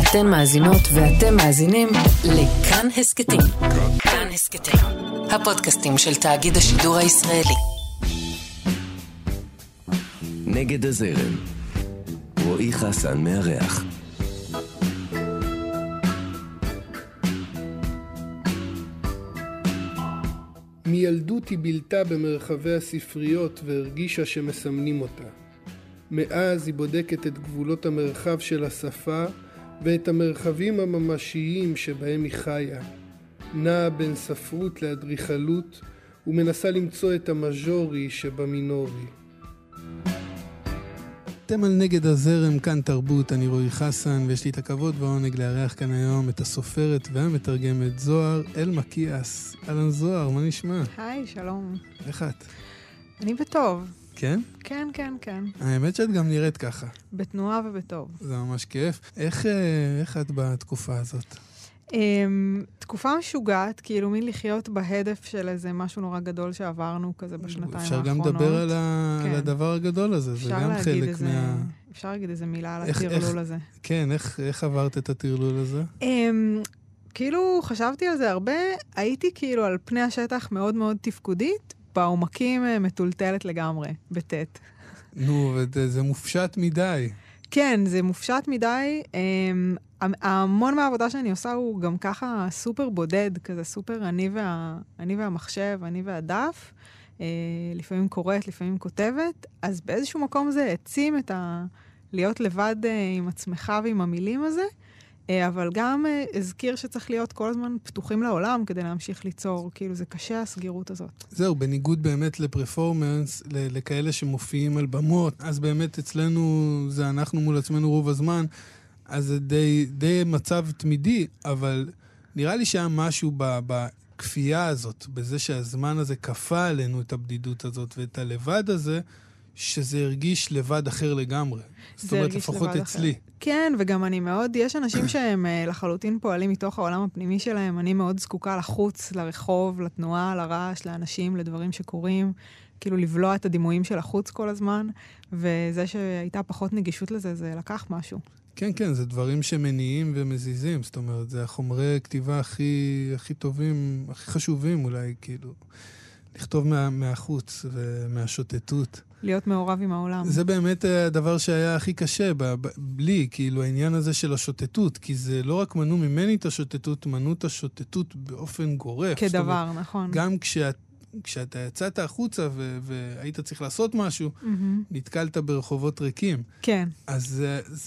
אתן מאזינות ואתם מאזינים לכאן הסקטים. כאן הסקטים, הפודקאסטים של תאגיד השידור הישראלי. נגד הזרם, רועי חסן מארח. מילדות היא בילתה במרחבי הספריות והרגישה שמסמנים אותה. מאז היא בודקת את גבולות המרחב של השפה ואת המרחבים הממשיים שבהם היא חיה. נעה בין ספרות לאדריכלות ומנסה למצוא את המז'ורי שבמינורי. אתם על נגד הזרם, כאן תרבות, אני רועי חסן, ויש לי את הכבוד והעונג לארח כאן היום את הסופרת והמתרגמת זוהר אלמקיאס. אהלן זוהר, מה נשמע? היי, שלום. איך את? אני בטוב. כן? כן, כן, כן. האמת שאת גם נראית ככה. בתנועה ובטוב. זה ממש כיף. איך את בתקופה הזאת? תקופה משוגעת, כאילו מין לחיות בהדף של איזה משהו נורא גדול שעברנו כזה בשנתיים האחרונות. אפשר גם לדבר על הדבר הגדול הזה, זה גם חלק מה... אפשר להגיד איזה מילה על הטרלול הזה. כן, איך עברת את הטרלול הזה? כאילו חשבתי על זה הרבה, הייתי כאילו על פני השטח מאוד מאוד תפקודית, בעומקים מטולטלת לגמרי, בטט. נו, זה מופשט מדי. כן, זה מופשט מדי. המון מהעבודה שאני עושה הוא גם ככה סופר בודד, כזה סופר אני והמחשב, אני והדף. לפעמים קוראת, לפעמים כותבת. אז באיזשהו מקום זה העצים את להיות לבד עם עצמך ועם המילים הזה, אבל גם הזכיר שצריך להיות כל הזמן פתוחים לעולם כדי להמשיך ליצור. כאילו זה קשה הסגירות הזאת. זהו, בניגוד באמת לפרפורמנס, לכאלה שמופיעים על במות, אז באמת אצלנו זה אנחנו מול עצמנו רוב הזמן, אז זה די מצב תמידי, אבל נראה לי שהיה משהו בכפייה הזאת, בזה שהזמן הזה כפה עלינו את הבדידות הזאת ואת הלבד הזה, שזה הרגיש לבד אחר לגמרי. זאת אומרת, לפחות אצלי. כן, וגם אני מאוד, יש אנשים שהם לחלוטין פועלים מתוך העולם הפנימי שלהם, אני מאוד זקוקה לחוץ, לרחוב, לתנועה, לרעש, לאנשים, לדברים שקורים, כאילו לבלוע את הדימויים של החוץ כל הזמן, וזה שהייתה פחות נגישות לזה, זה לקח משהו. כן, כן, זה דברים שמניעים ומזיזים, זאת אומרת, זה החומרי כתיבה הכי טובים, הכי חשובים אולי, כאילו, לכתוב מהחוץ ומהשוטטות. להיות מעורב עם העולם. זה באמת הדבר שהיה הכי קשה, בלי, כאילו, העניין הזה של השוטטות, כי זה לא רק מנעו ממני את השוטטות, מנעו את השוטטות באופן גורף. כדבר, אומרת, נכון. גם כשאתה יצאת החוצה והיית צריך לעשות משהו, נתקלת ברחובות ריקים. כן. אז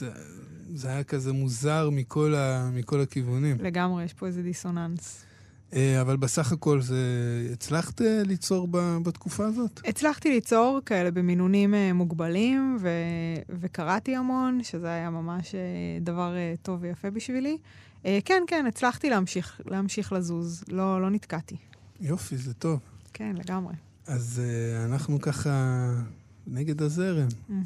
זה היה כזה מוזר מכל הכיוונים. לגמרי, יש פה איזה דיסוננס. אבל בסך הכל הצלחת ליצור בתקופה הזאת? הצלחתי ליצור כאלה במינונים מוגבלים, וקראתי המון, שזה היה ממש דבר טוב ויפה בשבילי. כן, כן, הצלחתי להמשיך לזוז, לא נתקעתי. יופי, זה טוב. כן, לגמרי. אז אנחנו ככה נגד הזרם.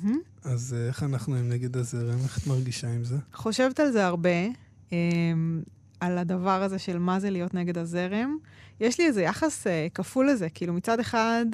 אז איך אנחנו עם נגד הזרם? איך את מרגישה עם זה? חושבת על זה הרבה. על הדבר הזה של מה זה להיות נגד הזרם. יש לי איזה יחס כפול לזה, כאילו מצד אחד,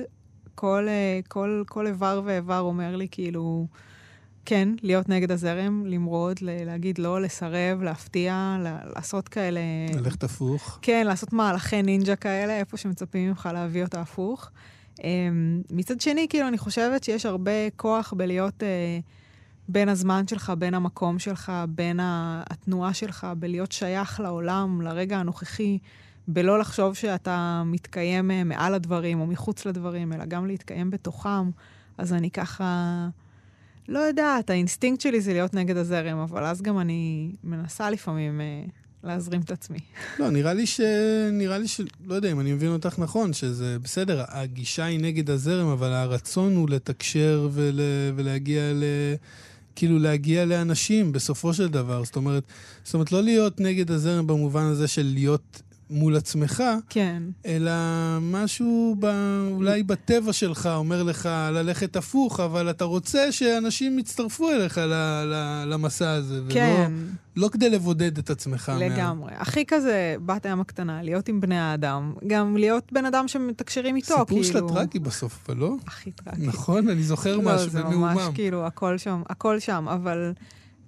כל איבר ואיבר אומר לי כאילו, כן, להיות נגד הזרם, למרוד, להגיד לא, לסרב, להפתיע, לעשות כאלה... ללכת הפוך. כן, לעשות מהלכי נינג'ה כאלה, איפה שמצפים ממך להביא אותה הפוך. מצד שני, כאילו, אני חושבת שיש הרבה כוח בלהיות... בין הזמן שלך, בין המקום שלך, בין התנועה שלך, בלהיות שייך לעולם, לרגע הנוכחי, בלא לחשוב שאתה מתקיים מעל הדברים או מחוץ לדברים, אלא גם להתקיים בתוכם. אז אני ככה, לא יודעת, האינסטינקט שלי זה להיות נגד הזרם, אבל אז גם אני מנסה לפעמים להזרים את עצמי. לא, נראה לי לא יודע אם אני מבין אותך נכון, שזה בסדר, הגישה היא נגד הזרם, אבל הרצון הוא לתקשר ולהגיע כאילו להגיע לאנשים בסופו של דבר. זאת אומרת, לא להיות נגד הזרם במובן הזה של להיות מול עצמך, כן. אלא משהו אולי בטבע שלך אומר לך ללכת הפוך, אבל אתה רוצה שאנשים יצטרפו אליך למסע הזה, כן. ולא כדי לבודד את עצמך. לגמרי. הכי כזה בת הים הקטנה, להיות עם בני האדם, גם להיות בן אדם שמתקשרים איתו. סיפור שלה טרקי בסוף, אבל לא? הכי טרקי. נכון, אני זוכר משהו בנאומם. זה ממש כאילו הכל שם, אבל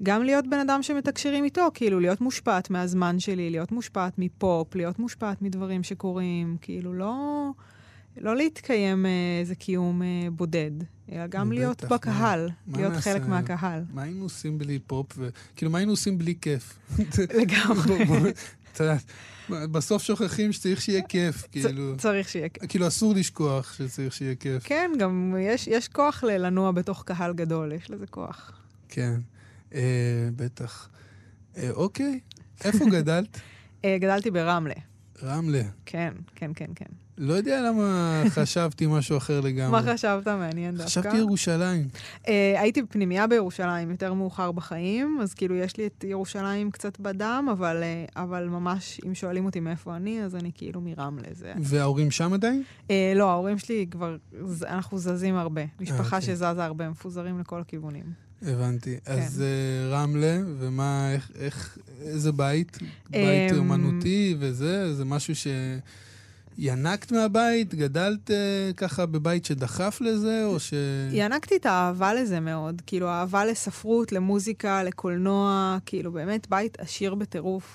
גם להיות בן אדם שמתקשרים איתו, כאילו להיות מושפעת מהזמן שלי, להיות מושפעת מפופ, להיות מושפעת מדברים שקורים, כאילו לא להתקיים איזה קיום בודד, אלא גם להיות בקהל, להיות חלק מהקהל. מה היינו עושים בלי פופ? כאילו, מה היינו עושים בלי כיף? לגמרי. בסוף שוכחים שצריך שיהיה כיף, כאילו. צריך שיהיה כיף. כאילו, אסור לשכוח שצריך שיהיה כיף. כן, גם יש כוח לנוע בתוך קהל גדול, יש לזה כוח. כן, בטח. אוקיי, איפה גדלת? גדלתי ברמלה. רמלה. כן, כן, כן, כן. לא יודע למה חשבתי משהו אחר לגמרי. מה חשבת? מעניין דווקא. חשבתי ירושלים. הייתי בפנימיה בירושלים יותר מאוחר בחיים, אז כאילו יש לי את ירושלים קצת בדם, אבל ממש, אם שואלים אותי מאיפה אני, אז אני כאילו מרמלה. וההורים שם עדיין? לא, ההורים שלי כבר, אנחנו זזים הרבה. משפחה שזזה הרבה, מפוזרים לכל הכיוונים. הבנתי. אז רמלה, ומה, איזה בית? בית אומנותי וזה? זה משהו ינקת מהבית? גדלת ככה בבית שדחף לזה, או ש... ינקתי את האהבה לזה מאוד. כאילו, האהבה לספרות, למוזיקה, לקולנוע, כאילו, באמת בית עשיר בטירוף,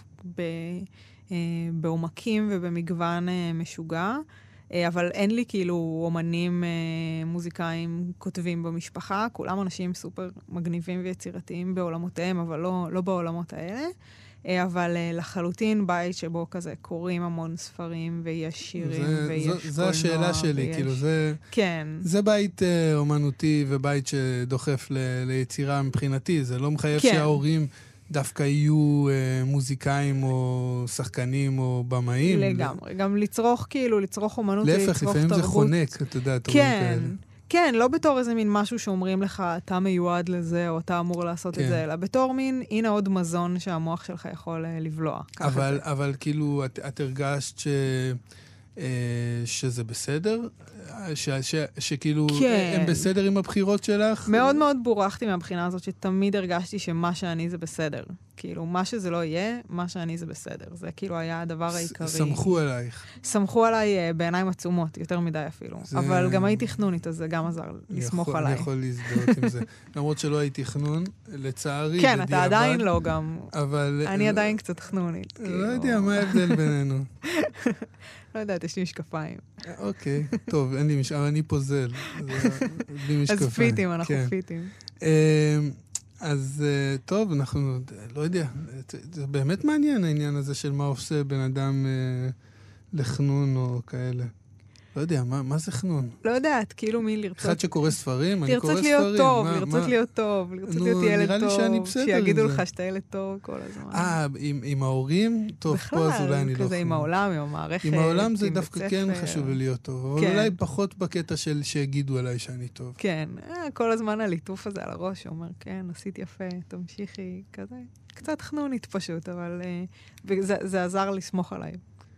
בעומקים ובמגוון משוגע. אבל אין לי כאילו אומנים, מוזיקאים, כותבים במשפחה. כולם אנשים סופר מגניבים ויצירתיים בעולמותיהם, אבל לא בעולמות האלה. אבל לחלוטין בית שבו כזה קוראים המון ספרים, ויש שירים, ויש קולנוע. זו השאלה שלי, כאילו זה... כן. זה בית אומנותי ובית שדוחף ליצירה מבחינתי. זה לא מחייב שההורים דווקא יהיו מוזיקאים או שחקנים או במאים. לגמרי. גם לצרוך כאילו, לצרוך אומנות ולצרוך תרבות. להפך, לפעמים זה חונק, אתה יודע, תורים כאלה. כן, לא בתור איזה מין משהו שאומרים לך, אתה מיועד לזה, או אתה אמור לעשות את זה, אלא בתור מין, הנה עוד מזון שהמוח שלך יכול לבלוע. אבל כאילו, את הרגשת שזה בסדר? שכאילו, הם בסדר עם הבחירות שלך? מאוד מאוד בורחתי מהבחינה הזאת, שתמיד הרגשתי שמה שאני זה בסדר. כאילו, מה שזה לא יהיה, מה שאני זה בסדר. זה כאילו היה הדבר העיקרי. סמכו עלייך. סמכו עליי בעיניים עצומות, יותר מדי אפילו. אבל גם הייתי חנונית, אז זה גם עזר לסמוך עליי. אני יכול להזדהות עם זה. למרות שלא הייתי חנון, לצערי. כן, אתה עדיין לא גם. אבל... אני עדיין קצת חנונית. לא יודע, מה ההבדל בינינו? לא יודעת, יש לי משקפיים. אוקיי, טוב, אין לי משקפיים, אני פוזל. בלי משקפיים. אז פיטים, אנחנו פיטים. אז טוב, אנחנו, לא יודע, זה באמת מעניין העניין הזה של מה עושה בן אדם לחנון או כאלה. לא יודע, מה זה חנון? לא יודעת, כאילו מי לרצות... אחד שקורא ספרים, אני קורא ספרים. לרצות להיות טוב, לרצות להיות ילד טוב, שיגידו לך שאתה ילד טוב כל הזמן. עם ההורים? טוב, פה אז אולי אני לא בכלל, כזה עם העולם, עם המערכת, עם העולם זה דווקא כן חשוב להיות טוב, אבל אולי פחות בקטע של שיגידו עליי שאני טוב. כן, כל הזמן הליטוף הזה על הראש, שאומר, כן, עשית יפה, תמשיכי, כזה. קצת חנונית פשוט, אבל זה עזר לסמוך עליי.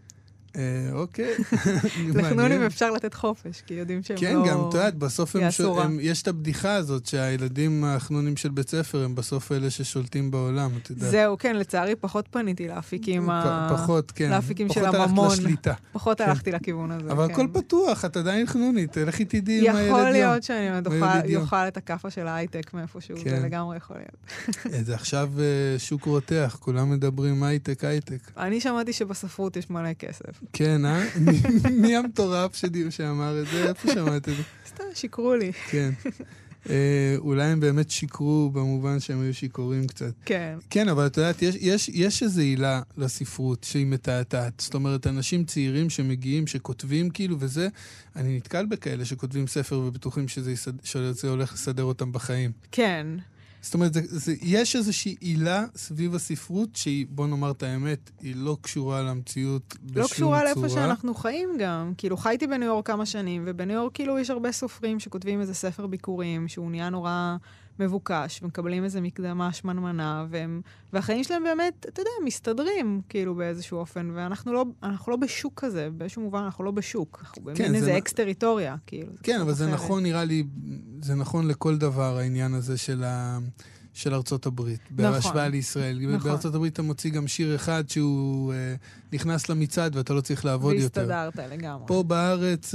אוקיי. לחנונים אפשר לתת חופש, כי יודעים שהם לא... כן, גם, אתה יודעת, בסוף יש את הבדיחה הזאת שהילדים החנונים של בית ספר הם בסוף אלה ששולטים בעולם, אתה יודע. זהו, כן, לצערי פחות פניתי להפיקים פחות, כן. להפיקים של הממון. פחות הלכת לשליטה. פחות הלכתי לכיוון הזה, אבל הכל פתוח, את עדיין חנונית, לכי תדעי עם הילד יום. יכול להיות שאני יוכל את הכאפה של ההייטק מאיפשהו, זה לגמרי יכול להיות. זה עכשיו שוק רותח, כולם מדברים הייטק. אני שמעתי שבספרות יש מלא כסף. כן, מי המטורף שאמר את זה? איפה שמעת את זה? סתם, שיקרו לי. כן. אולי הם באמת שיקרו במובן שהם היו שיקורים קצת. כן. כן, אבל את יודעת, יש איזו עילה לספרות שהיא מתעתעת. זאת אומרת, אנשים צעירים שמגיעים, שכותבים כאילו, וזה, אני נתקל בכאלה שכותבים ספר ובטוחים שזה הולך לסדר אותם בחיים. כן. זאת אומרת, יש איזושהי עילה סביב הספרות שהיא, בוא נאמר את האמת, היא לא קשורה למציאות בשום צורה. לא קשורה לאיפה שאנחנו חיים גם. כאילו, חייתי בניו יורק כמה שנים, ובניו יורק כאילו יש הרבה סופרים שכותבים איזה ספר ביקורים, שהוא נהיה נורא מבוקש, ומקבלים איזה מקדמה שמנמנה, והחיים שלהם באמת, אתה יודע, מסתדרים כאילו באיזשהו אופן, ואנחנו לא בשוק כזה, באיזשהו מובן אנחנו לא בשוק. אנחנו במין איזה אקס-טריטוריה, כאילו. כן, אבל זה נכון, נראה לי, זה נכון לכל דבר, העניין הזה של ארצות הברית, נכון. בהשוואה לישראל. נכון. בארצות הברית אתה מוציא גם שיר אחד שהוא נכנס למצעד ואתה לא צריך לעבוד יותר. והסתדרת לגמרי. פה בארץ,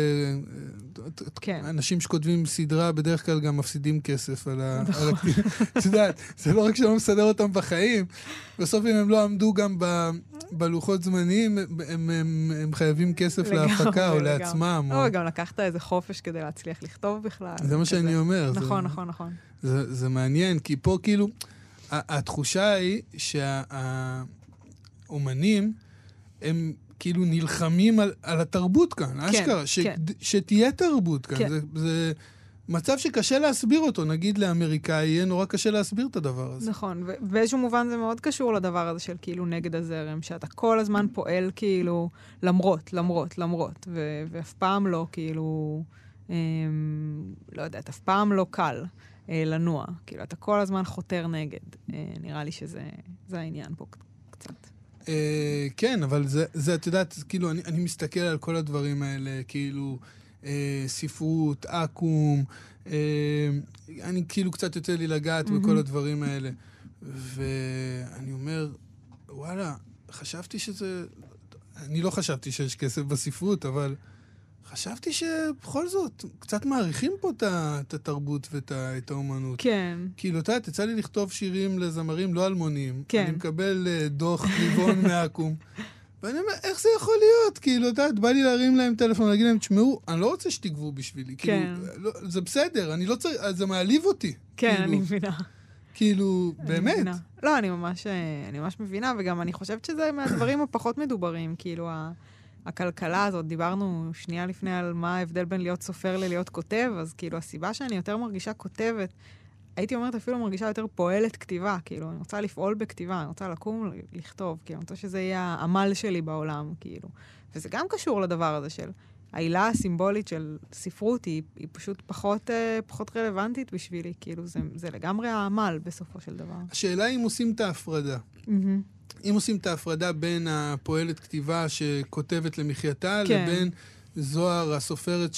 כן. אנשים שכותבים סדרה בדרך כלל גם מפסידים כסף על נכון. את יודעת, זה לא רק שלא מסדר אותם בחיים, בסוף אם הם לא עמדו גם בלוחות זמניים, הם חייבים כסף להפקה או לעצמם. או גם לקחת איזה חופש כדי להצליח לכתוב בכלל. זה מה שאני אומר. נכון, נכון, נכון. זה מעניין, כי פה כאילו, התחושה היא שהאומנים הם כאילו נלחמים על התרבות כאן, אשכרה, שתהיה תרבות כאן. זה מצב שקשה להסביר אותו, נגיד לאמריקאי, יהיה נורא קשה להסביר את הדבר הזה. נכון, ובאיזשהו מובן זה מאוד קשור לדבר הזה של כאילו נגד הזרם, שאתה כל הזמן פועל כאילו למרות, ואף פעם לא כאילו, לא יודעת, אף פעם לא קל לנוע. כאילו, אתה כל הזמן חותר נגד. נראה לי שזה העניין פה קצת. כן, אבל זה, את יודעת, כאילו, אני מסתכל על כל הדברים האלה, כאילו, ספרות, אקום, אני כאילו קצת יוצא לי לגעת בכל הדברים האלה. ואני אומר, וואלה, חשבתי שזה... אני לא חשבתי שיש כסף בספרות, אבל חשבתי שבכל זאת, קצת מעריכים פה את התרבות ואת האומנות. כן. כאילו, אתה תצא לי לכתוב שירים לזמרים לא אלמונים. כן. אני מקבל דוח רבעון מאקום. ואני אומר, איך זה יכול להיות? כאילו, אתה בא לי להרים להם טלפון, להגיד להם, תשמעו, אני לא רוצה שתגבו בשבילי. כן. כאילו, זה בסדר, אני לא צריך, זה מעליב אותי. כן, כאילו, אני מבינה. כאילו, באמת. מבינה. לא, אני ממש מבינה, וגם אני חושבת שזה מהדברים הפחות מדוברים, כאילו, הכלכלה הזאת, דיברנו שנייה לפני על מה ההבדל בין להיות סופר ללהיות כותב, אז כאילו, הסיבה שאני יותר מרגישה כותבת, הייתי אומרת אפילו מרגישה יותר פועלת כתיבה, כאילו, אני רוצה לפעול בכתיבה, אני רוצה לקום לכתוב, כאילו, אני רוצה שזה יהיה העמל שלי בעולם, כאילו. וזה גם קשור לדבר הזה של העילה הסימבולית של ספרות, היא פשוט פחות רלוונטית בשבילי, כאילו, זה לגמרי העמל בסופו של דבר. השאלה היא אם עושים את ההפרדה. אם עושים את ההפרדה בין הפועלת כתיבה שכותבת למחייתה, כן. לבין זוהר הסופרת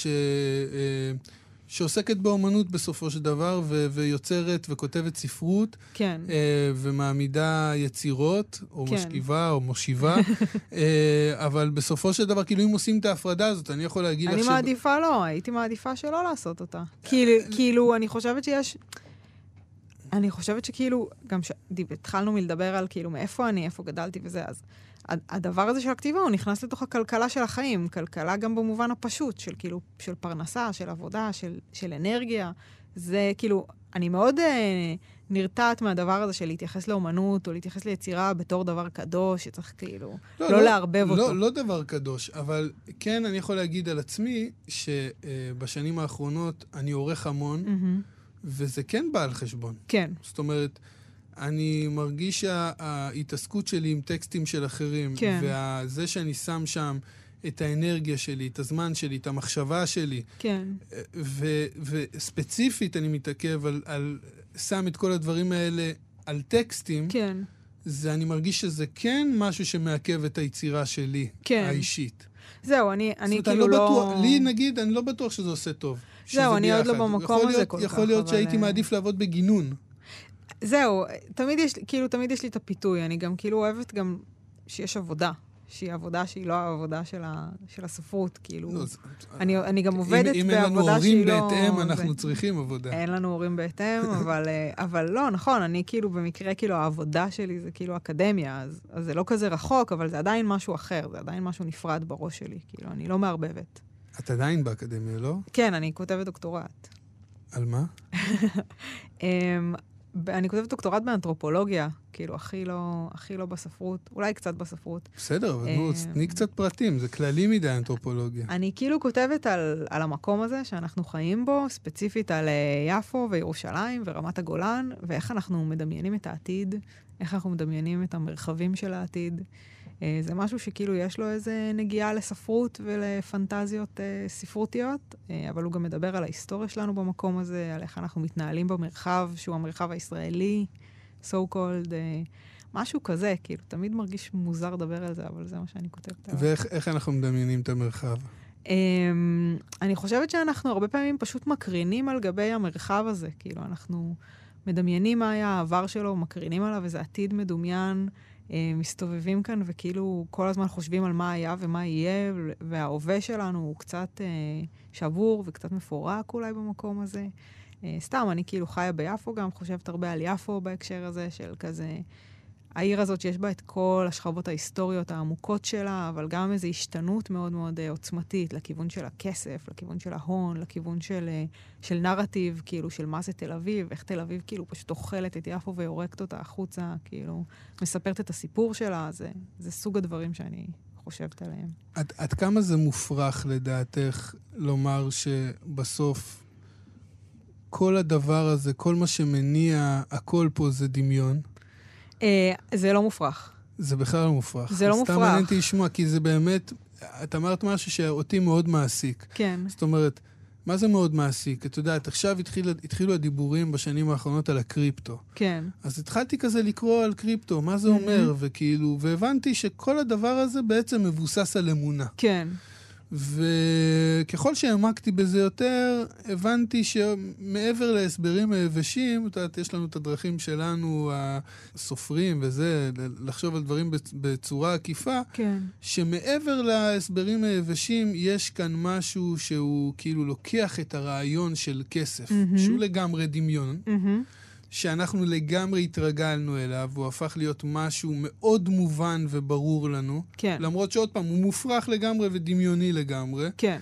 שעוסקת באומנות בסופו של דבר, ויוצרת וכותבת ספרות, כן. ומעמידה יצירות, או כן. משכיבה, או מושיבה, אבל בסופו של דבר, כאילו אם עושים את ההפרדה הזאת, אני יכול להגיד לך אני מעדיפה לא, הייתי מעדיפה שלא לעשות אותה. כאילו, אני חושבת שיש... אני חושבת שכאילו, גם התחלנו מלדבר על כאילו מאיפה אני, איפה גדלתי וזה, אז הדבר הזה של הכתיבה הוא נכנס לתוך הכלכלה של החיים, כלכלה גם במובן הפשוט, של כאילו, של פרנסה, של עבודה, של אנרגיה. זה כאילו, אני מאוד נרתעת מהדבר הזה של להתייחס לאומנות, או להתייחס ליצירה בתור דבר קדוש, שצריך כאילו לא לערבב אותו. לא דבר קדוש, אבל כן אני יכול להגיד על עצמי, שבשנים האחרונות אני עורך המון, וזה כן בא על חשבון. כן. זאת אומרת, אני מרגיש שההתעסקות שלי עם טקסטים של אחרים, כן. וזה שאני שם שם את האנרגיה שלי, את הזמן שלי, את המחשבה שלי, כן. וספציפית אני מתעכב על שם את כל הדברים האלה על טקסטים, כן. אני מרגיש שזה כן משהו שמעכב את היצירה שלי, כן. האישית. זהו, אני כאילו לא... לי נגיד, אני לא בטוח שזה עושה טוב. זהו, אני עוד לא במקום הזה כל כך. יכול להיות שהייתי מעדיף לעבוד בגינון. זהו, תמיד יש לי את הפיתוי. אני גם כאילו אוהבת גם שיש עבודה. שהיא עבודה שהיא לא העבודה של הספרות, כאילו. אני גם עובדת בעבודה שהיא לא... אם אין לנו הורים בהתאם, אנחנו צריכים עבודה. אין לנו הורים בהתאם, אבל לא, נכון, אני כאילו במקרה, כאילו העבודה שלי זה כאילו אקדמיה, אז זה לא כזה רחוק, אבל זה עדיין משהו אחר, זה עדיין משהו נפרד בראש שלי, כאילו, אני לא מערבבת. את עדיין באקדמיה, לא? כן, אני כותבת דוקטורט. על מה? אני כותבת דוקטורט באנתרופולוגיה, כאילו, הכי לא בספרות, אולי קצת בספרות. בסדר, אבל תני קצת פרטים, זה כללי מדי אנתרופולוגיה. אני כאילו כותבת על המקום הזה שאנחנו חיים בו, ספציפית על יפו וירושלים ורמת הגולן, ואיך אנחנו מדמיינים את העתיד, איך אנחנו מדמיינים את המרחבים של העתיד. זה משהו שכאילו יש לו איזה נגיעה לספרות ולפנטזיות ספרותיות, אבל הוא גם מדבר על ההיסטוריה שלנו במקום הזה, על איך אנחנו מתנהלים במרחב, שהוא המרחב הישראלי, so called, משהו כזה, כאילו, תמיד מרגיש מוזר לדבר על זה, אבל זה מה שאני כותבת. ואיך אנחנו מדמיינים את המרחב? אני חושבת שאנחנו הרבה פעמים פשוט מקרינים על גבי המרחב הזה, כאילו, אנחנו מדמיינים מה היה העבר שלו, מקרינים עליו איזה עתיד מדומיין, מסתובבים כאן וכאילו כל הזמן חושבים על מה היה ומה יהיה, וההווה שלנו הוא קצת שבור וקצת מפורק אולי במקום הזה. סתם, אני כאילו חיה ביפו גם, חושבת הרבה על יפו בהקשר הזה של כזה, העיר הזאת שיש בה את כל השכבות ההיסטוריות העמוקות שלה, אבל גם איזו השתנות מאוד מאוד עוצמתית לכיוון של הכסף, לכיוון של ההון, לכיוון של נרטיב, כאילו של מה זה תל אביב, איך תל אביב כאילו פשוט אוכלת את יפו ויורקת אותה החוצה, כאילו מספרת את הסיפור שלה, זה סוג הדברים שאני חושבת עליהם. עד כמה זה מופרך לדעתך לומר שבסוף כל הדבר הזה, כל מה שמניע, הכל פה זה דמיון? זה לא מופרך. זה בכלל לא מופרך. זה לא מופרך. סתם מעניין לשמוע, כי זה באמת, את אמרת משהו שאותי מאוד מעסיק. כן. זאת אומרת, מה זה מאוד מעסיק? את יודעת, עכשיו התחילו הדיבורים בשנים האחרונות על הקריפטו. כן. אז התחלתי כזה לקרוא על קריפטו, מה זה אומר, וכאילו, והבנתי שכל הדבר הזה בעצם מבוסס על אמונה. כן. וככל שהעמקתי בזה יותר, הבנתי שמעבר להסברים היבשים, יש לנו את הדרכים שלנו, הסופרים וזה, לחשוב על דברים בצורה עקיפה, כן. שמעבר להסברים היבשים, יש כאן משהו שהוא כאילו לוקח את הרעיון של כסף, שהוא לגמרי דמיון, שאנחנו לגמרי התרגלנו אליו, והוא הפך להיות משהו מאוד מובן וברור לנו. כן. למרות שעוד פעם, הוא מופרך לגמרי ודמיוני לגמרי. כן.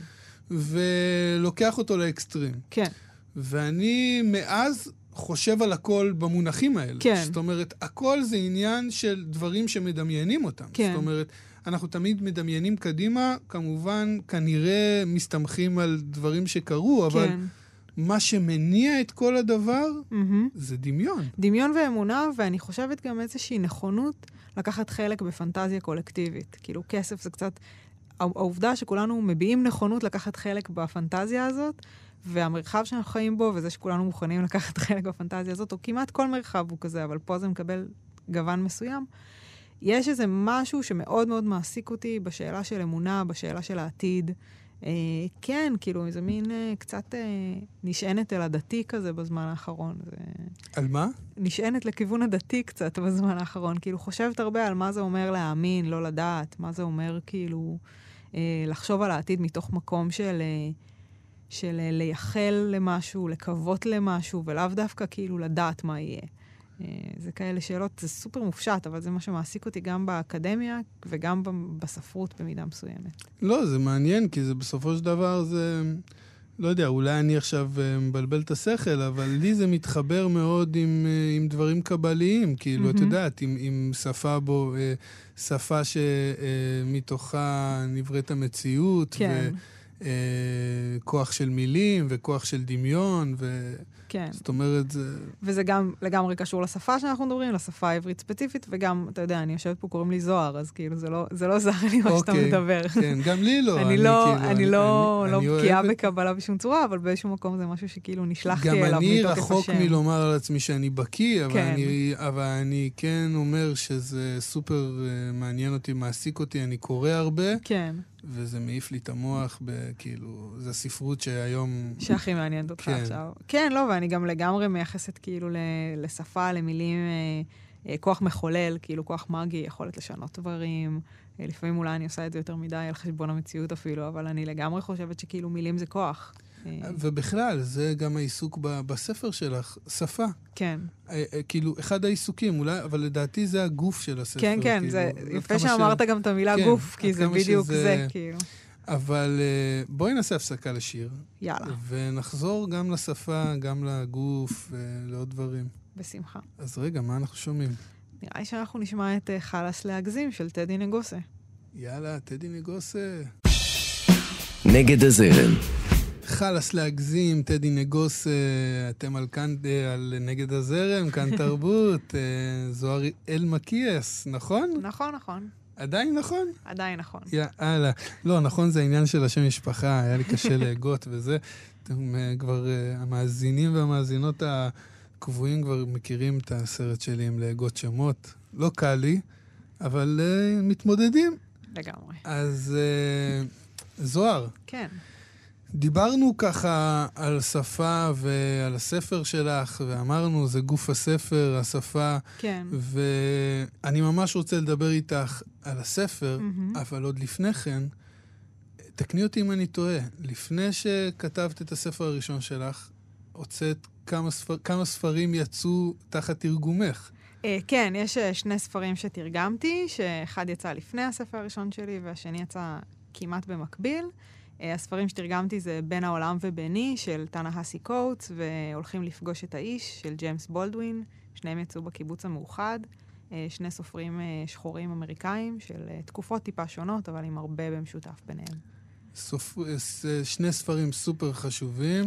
ולוקח אותו לאקסטרים. כן. ואני מאז חושב על הכל במונחים האלה. כן. זאת אומרת, הכל זה עניין של דברים שמדמיינים אותם. כן. זאת אומרת, אנחנו תמיד מדמיינים קדימה, כמובן, כנראה מסתמכים על דברים שקרו, אבל... כן. מה שמניע את כל הדבר, זה דמיון. דמיון ואמונה, ואני חושבת גם איזושהי נכונות לקחת חלק בפנטזיה קולקטיבית. כאילו, כסף זה קצת... העובדה שכולנו מביעים נכונות לקחת חלק בפנטזיה הזאת, והמרחב שאנחנו חיים בו, וזה שכולנו מוכנים לקחת חלק בפנטזיה הזאת, או כמעט כל מרחב הוא כזה, אבל פה זה מקבל גוון מסוים. יש איזה משהו שמאוד מאוד מעסיק אותי בשאלה של אמונה, בשאלה של העתיד, כן, כאילו, איזה מין קצת נשענת אל הדתי כזה בזמן האחרון. על מה? נשענת לכיוון הדתי קצת בזמן האחרון. כאילו, חושבת הרבה על מה זה אומר להאמין, לא לדעת, מה זה אומר, כאילו, לחשוב על העתיד מתוך מקום של לייחל למשהו, לקוות למשהו, ולאו דווקא כאילו לדעת מה יהיה. זה כאלה שאלות, זה סופר מופשט, אבל זה מה שמעסיק אותי גם באקדמיה וגם בספרות במידה מסוימת. לא, זה מעניין, כי זה בסופו של דבר זה... לא יודע, אולי אני עכשיו מבלבל את השכל, אבל לי זה מתחבר מאוד עם דברים קבליים, כאילו, את יודעת, עם שפה בו, שפה שמתוכה נבראת המציאות, כן. וכוח של מילים, וכוח של דמיון, כן. זאת אומרת, זה... וזה גם לגמרי קשור לשפה שאנחנו מדברים, לשפה העברית ספציפית, וגם, אתה יודע, אני יושבת פה, קוראים לי זוהר, אז כאילו, זה לא זר לי מה שאתה מדבר. כן, גם לי לא. אני לא בקיאה בקבלה בשום צורה, אבל באיזשהו מקום זה משהו שכאילו נשלחתי אליו מתוקף השם. גם אני רחוק מלומר על עצמי שאני בקיא, אבל אני כן אומר שזה סופר מעניין אותי, מעסיק אותי, אני קורא הרבה. כן. וזה מעיף לי את המוח, כאילו, זה הספרות שהיום... שהכי מעניינת אותך עכשיו. כן, לא, ואני גם לגמרי מייחסת כאילו לשפה, למילים, כוח מחולל, כאילו כוח מגי, יכולת לשנות דברים. לפעמים אולי אני עושה את זה יותר מדי על חשבון המציאות אפילו, אבל אני לגמרי חושבת שכאילו מילים זה כוח. ובכלל, זה גם העיסוק בספר שלך, שפה. כן. כאילו, אחד העיסוקים, אולי, אבל לדעתי זה הגוף של הספר. כן, כן, כאילו, זה יפה שאמרת גם את המילה גוף, כי זה בדיוק זה, כאילו. אבל בואי נעשה הפסקה לשיר. יאללה. ונחזור גם לשפה, גם לגוף, ולעוד דברים. בשמחה. אז רגע, מה אנחנו שומעים? נראה לי שאנחנו נשמע את חלאס להגזים של טדי נגוסה. יאללה, טדי נגוסה. נגד הזרם. חלאס להגזים, טדי נגוסה, אתם על נגד הזרם, כאן תרבות, זוהר אלמקיאס, נכון? נכון, נכון. עדיין נכון? עדיין נכון. יאללה. לא, נכון, זה העניין של השם משפחה, היה לי קשה להגות וזה. אתם כבר, המאזינים והמאזינות הקבועים כבר מכירים את הסרט שלי עם להגות שמות. לא קל לי, אבל מתמודדים. לגמרי. אז זוהר. כן. דיברנו ככה על שפה ועל הספר שלך, ואמרנו, זה גוף הספר, השפה. כן. ואני ממש רוצה לדבר איתך על הספר, אבל עוד לפני כן, תקני אותי אם אני טועה. לפני שכתבת את הספר הראשון שלך, הוצאת כמה ספרים יצאו תחת תרגומך. כן, יש 2 ספרים שתרגמתי, שאחד יצא לפני הספר הראשון שלי, והשני יצא כמעט במקביל. הספרים שתרגמתי זה בין העולם וביני, של טאנה-האסי קוטס, והולכים לפגוש את האיש, של ג'יימס בולדווין. שניהם יצאו בקיבוץ המאוחד. 2 סופרים שחורים אמריקאים, של תקופות טיפה שונות, אבל עם הרבה במשותף ביניהם. 2 ספרים סופר חשובים,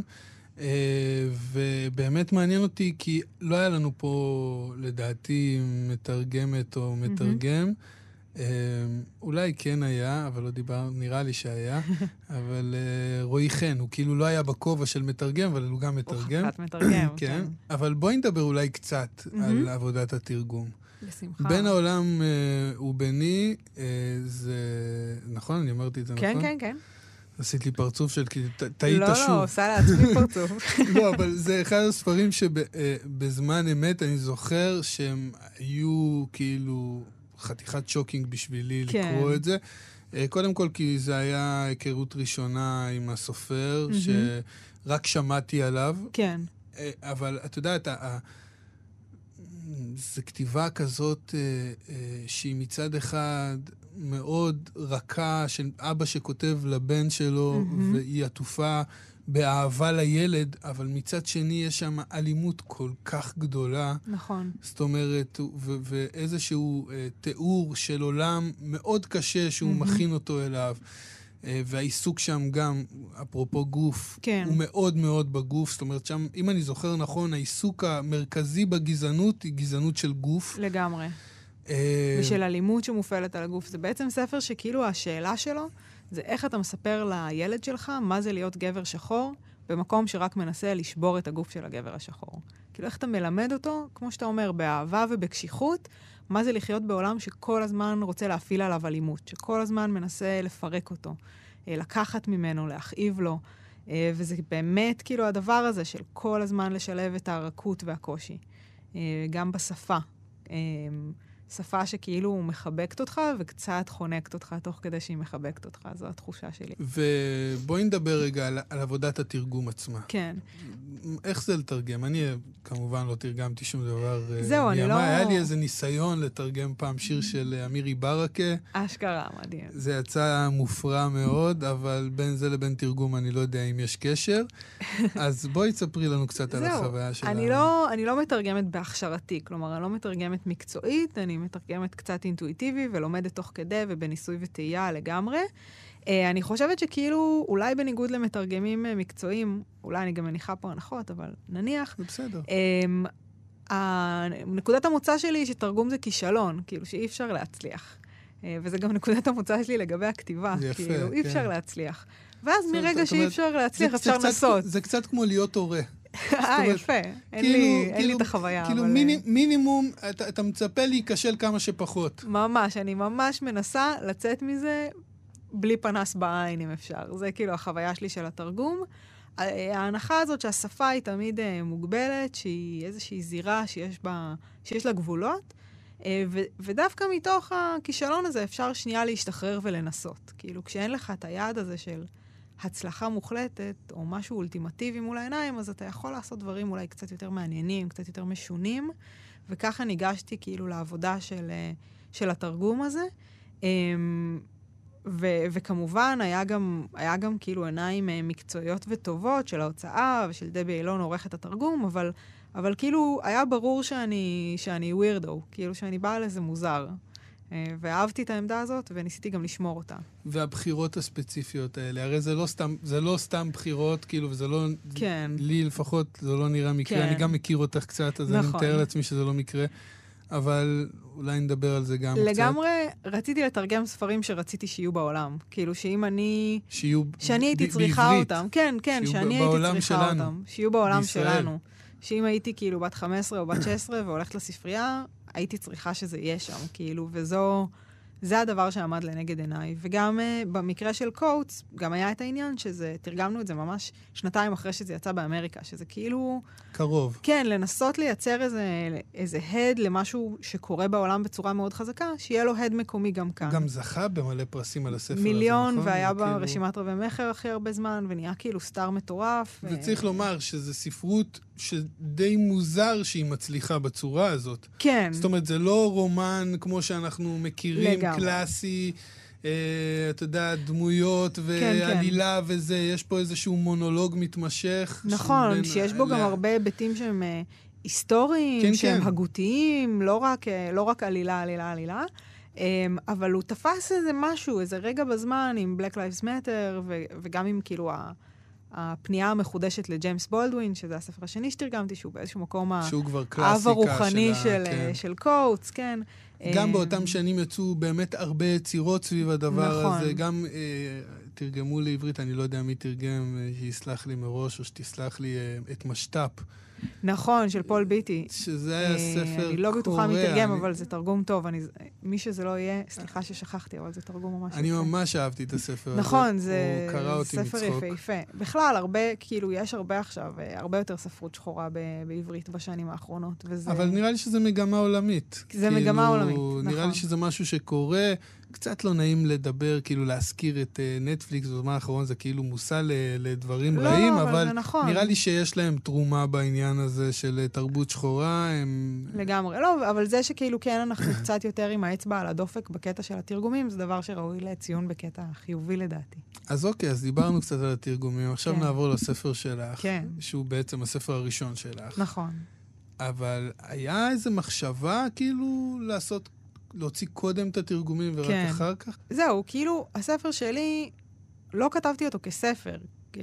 ובאמת מעניין אותי, כי לא היה לנו פה, לדעתי, מתרגמת או מתרגם. אולי כן היה, אבל לא דיבר, נראה לי שהיה. אבל רועי חן, הוא כאילו לא היה בכובע של מתרגם, אבל הוא גם מתרגם. הוא חתיכת מתרגם, כן. אבל בואי נדבר אולי קצת על עבודת התרגום. בשמחה. בין העולם וביני, זה... נכון? אני אמרתי את זה נכון? כן, כן, כן. עשית לי פרצוף של... טעית שוב. לא, עושה לעצמי פרצוף. לא, אבל זה אחד הספרים שבזמן אמת אני זוכר שהם היו כאילו חתיכת שוקינג בשבילי לקרוא את זה. קודם כל כי זה היה היכרות ראשונה עם הסופר, שרק שמעתי עליו. כן. אבל את יודעת, זו כתיבה כזאת שהיא מצד אחד מאוד רכה, של אבא שכותב לבן שלו, והיא עטופה באהבה לילד, אבל מצד שני יש שם אלימות כל כך גדולה. נכון. זאת אומרת, ואיזשהו תיאור של עולם מאוד קשה שהוא מכין אותו אליו. והעיסוק שם גם, אפרופו גוף, כן. הוא מאוד מאוד בגוף. זאת אומרת, שם, אם אני זוכר נכון, העיסוק המרכזי בגזענות היא גזענות של גוף. לגמרי. ושל אלימות שמופעלת על הגוף. זה בעצם ספר שכאילו השאלה שלו, זה איך אתה מספר לילד שלך מה זה להיות גבר שחור, במקום שרק מנסה לשבור את הגוף של הגבר השחור. כאילו איך אתה מלמד אותו, כמו שאתה אומר, באהבה ובקשיחות, מה זה לחיות בעולם שכל הזמן רוצה להפעיל עליו אלימות, שכל הזמן מנסה לפרק אותו, לקחת ממנו, להכאיב לו, וזה באמת כאילו הדבר הזה של כל הזמן לשלב את הרכות והקושי, גם בשפה. שפה שכאילו מחבקת אותך וקצת חונקת אותך תוך כדי שהיא מחבקת אותך. זו התחושה שלי. ובואי נדבר רגע על עבודת התרגום עצמה. כן. איך זה לתרגם? אני כמובן לא תרגמתי שום דבר. זהו, אני לא... היה לי איזה ניסיון לתרגם פעם שיר של אמירי ברקה. אשכרה, מדהים. זה יצא מופרע מאוד, אבל בין זה לבין תרגום אני לא יודע אם יש קשר. אז בואי תספרי לנו קצת על החוויה שלנו. אני לא מתרגמת בהכשרתי, כלומר, אני לא מתרגמת מקצועית, אני מתרגמת קצת אינטואיטיבי ולומדת תוך כדי ובניסוי וטעייה לגמרי. אני חושבת שכאילו, אולי בניגוד למתרגמים מקצועיים, אולי אני גם מניחה פה הנחות, אבל נניח. זה בסדר. נקודת המוצא שלי היא שתרגום זה כישלון, כאילו שאי אפשר להצליח. וזה גם נקודת המוצא שלי לגבי הכתיבה. זה יפה, כאילו, אי אפשר להצליח. ואז מרגע שאי אפשר להצליח, אפשר לנסות. זה קצת כמו להיות הורה. יפה. אין לי את החוויה. כאילו מינימום, אתה מצפה להיכשל כמה שפחות. ממש, אני ממש מנסה לצאת מזה בלי פנס בעין, אם אפשר. זה כאילו החוויה שלי של התרגום. ההנחה הזאת שהשפה היא תמיד מוגבלת, שהיא איזושהי זירה שיש לה גבולות, ודווקא מתוך הכישלון הזה אפשר שנייה להשתחרר ולנסות. כאילו, כשאין לך את היעד הזה של הצלחה מוחלטת, או משהו אולטימטיבי מול העיניים, אז אתה יכול לעשות דברים אולי קצת יותר מעניינים, קצת יותר משונים, וככה ניגשתי כאילו לעבודה של התרגום הזה. וכמובן, היה גם כאילו עיניים מקצועיות וטובות של ההוצאה, ושל דבי אילון עורכת התרגום, אבל כאילו היה ברור שאני ווירדו, כאילו שאני באה לזה מוזר. ואהבתי את העמדה הזאת, וניסיתי גם לשמור אותה. והבחירות הספציפיות האלה, הרי זה לא סתם בחירות, כאילו, וזה לא... כן. לי לפחות זה לא נראה מקרה. כן. אני גם מכיר אותך קצת, אז אני מתאר לעצמי שזה לא מקרה. אבל אולי נדבר על זה גם קצת. לגמרי, רציתי לתרגם ספרים שרציתי שיהיו בעולם. כאילו, שאם אני... שאני הייתי צריכה אותם. כן, שאני הייתי צריכה אותם. שיהיו בעולם שלנו. שאם הייתי כאילו בת 15 או בת 16 והולכת לספרייה, הייתי צריכה שזה יהיה שם, כאילו, זה הדבר שעמד לנגד עיניי. וגם במקרה של קוטס, גם היה את העניין שזה, תרגמנו את זה ממש 2 אחרי שזה יצא באמריקה, שזה כאילו... קרוב. כן, לנסות לייצר איזה הד למשהו שקורה בעולם בצורה מאוד חזקה, שיהיה לו הד מקומי גם כאן. גם זכה במלא פרסים על הספר הזה, מיליון, נכון? והיה ברשימת רבי מחר הכי הרבה זמן, ונהיה כאילו סטאר מטורף. וצריך לומר שזה ספרות שדי מוזר שהיא מצליחה בצורה הזאת. כן. זאת אומרת, זה לא רומן כמו שאנחנו מכירים, קלאסי, אתה יודע, דמויות ועלילה וזה, יש פה איזשהו מונולוג מתמשך. נכון, שיש בו גם הרבה היבטים שהם היסטוריים, שהם הגותיים, לא רק עלילה. אבל הוא תפס איזה משהו, איזה רגע בזמן עם Black Lives Matter, וגם עם כאילו הפנייה המחודשת לג'יימס בולדווין, שזה הספר השני שתרגמתי, שהוא באיזשהו מקום האב הרוחני של קוטס, כן. גם באותם שנים יצאו באמת הרבה יצירות סביב הדבר הזה, גם תרגמו לעברית, אני לא יודע מי תרגם, שיסלח לי מראש, או שתסלח לי את משת"פ. נכון, של פול ביטי. שזה היה ספר קורא. אני לא בטוחה מי תרגם, אבל זה תרגום טוב. מי שזה לא יהיה, סליחה ששכחתי, אבל זה תרגום ממש יפה. אני ממש אהבתי את הספר הזה. נכון, זה ספר יפה. בכלל, כאילו, יש הרבה עכשיו, הרבה יותר ספרות שחורה בעברית בשנים האחרונות. אבל נראה לי שזה מגמה עולמית. זה מגמה עולמית, נכון. נראה לי שזה משהו שקורה, קצת לא נעים לדבר, כאילו להזכיר את נטפליקס, בזמן האחרון זה כאילו מושא לדברים רעים, אבל נראה לי שיש להם תרומה בעניין הזה של תרבות שחורה. לגמרי, לא, אבל זה שכאילו כן אנחנו קצת יותר עם האצבע על הדופק בקטע של התרגומים, זה דבר שראוי לציון בקטע חיובי לדעתי. אז אוקיי, אז דיברנו קצת על התרגומים, עכשיו נעבור לספר שלך, שהוא בעצם הספר הראשון שלך. נכון. אבל היה איזו מחשבה כאילו להוציא קודם את התרגומים ורק אחר כך? זהו, כאילו, הספר שלי, לא כתבתי אותו כספר.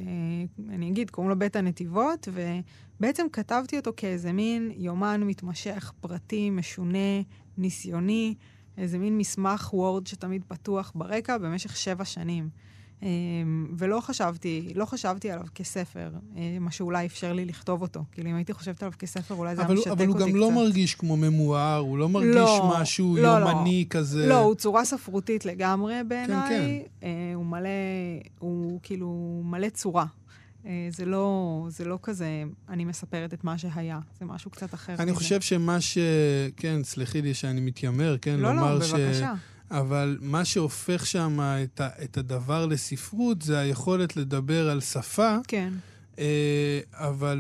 אני אגיד, קוראים לו בית הנתיבות, ובעצם כתבתי אותו כאיזה מין יומן מתמשך, פרטי, משונה, ניסיוני, איזה מין מסמך וורד שתמיד פתוח ברקע במשך 7 שנים. ולא חשבתי עליו כספר, מה שאולי אפשר לי לכתוב אותו. כאילו, אם הייתי חושבת עליו כספר, אולי זה היה משתק אותי קצת. אבל הוא גם לא מרגיש כמו ממואר, הוא לא מרגיש משהו יומני כזה. לא, הוא צורה ספרותית לגמרי בעיניי. הוא כאילו מלא צורה. זה לא כזה, אני מספרת את מה שהיה. זה משהו קצת אחר. אני חושב כן, סלחי לי שאני מתיימר, כן, לא, בבקשה. אבל מה שהופך שם את הדבר לספרות, זה היכולת לדבר על שפה, כן. אבל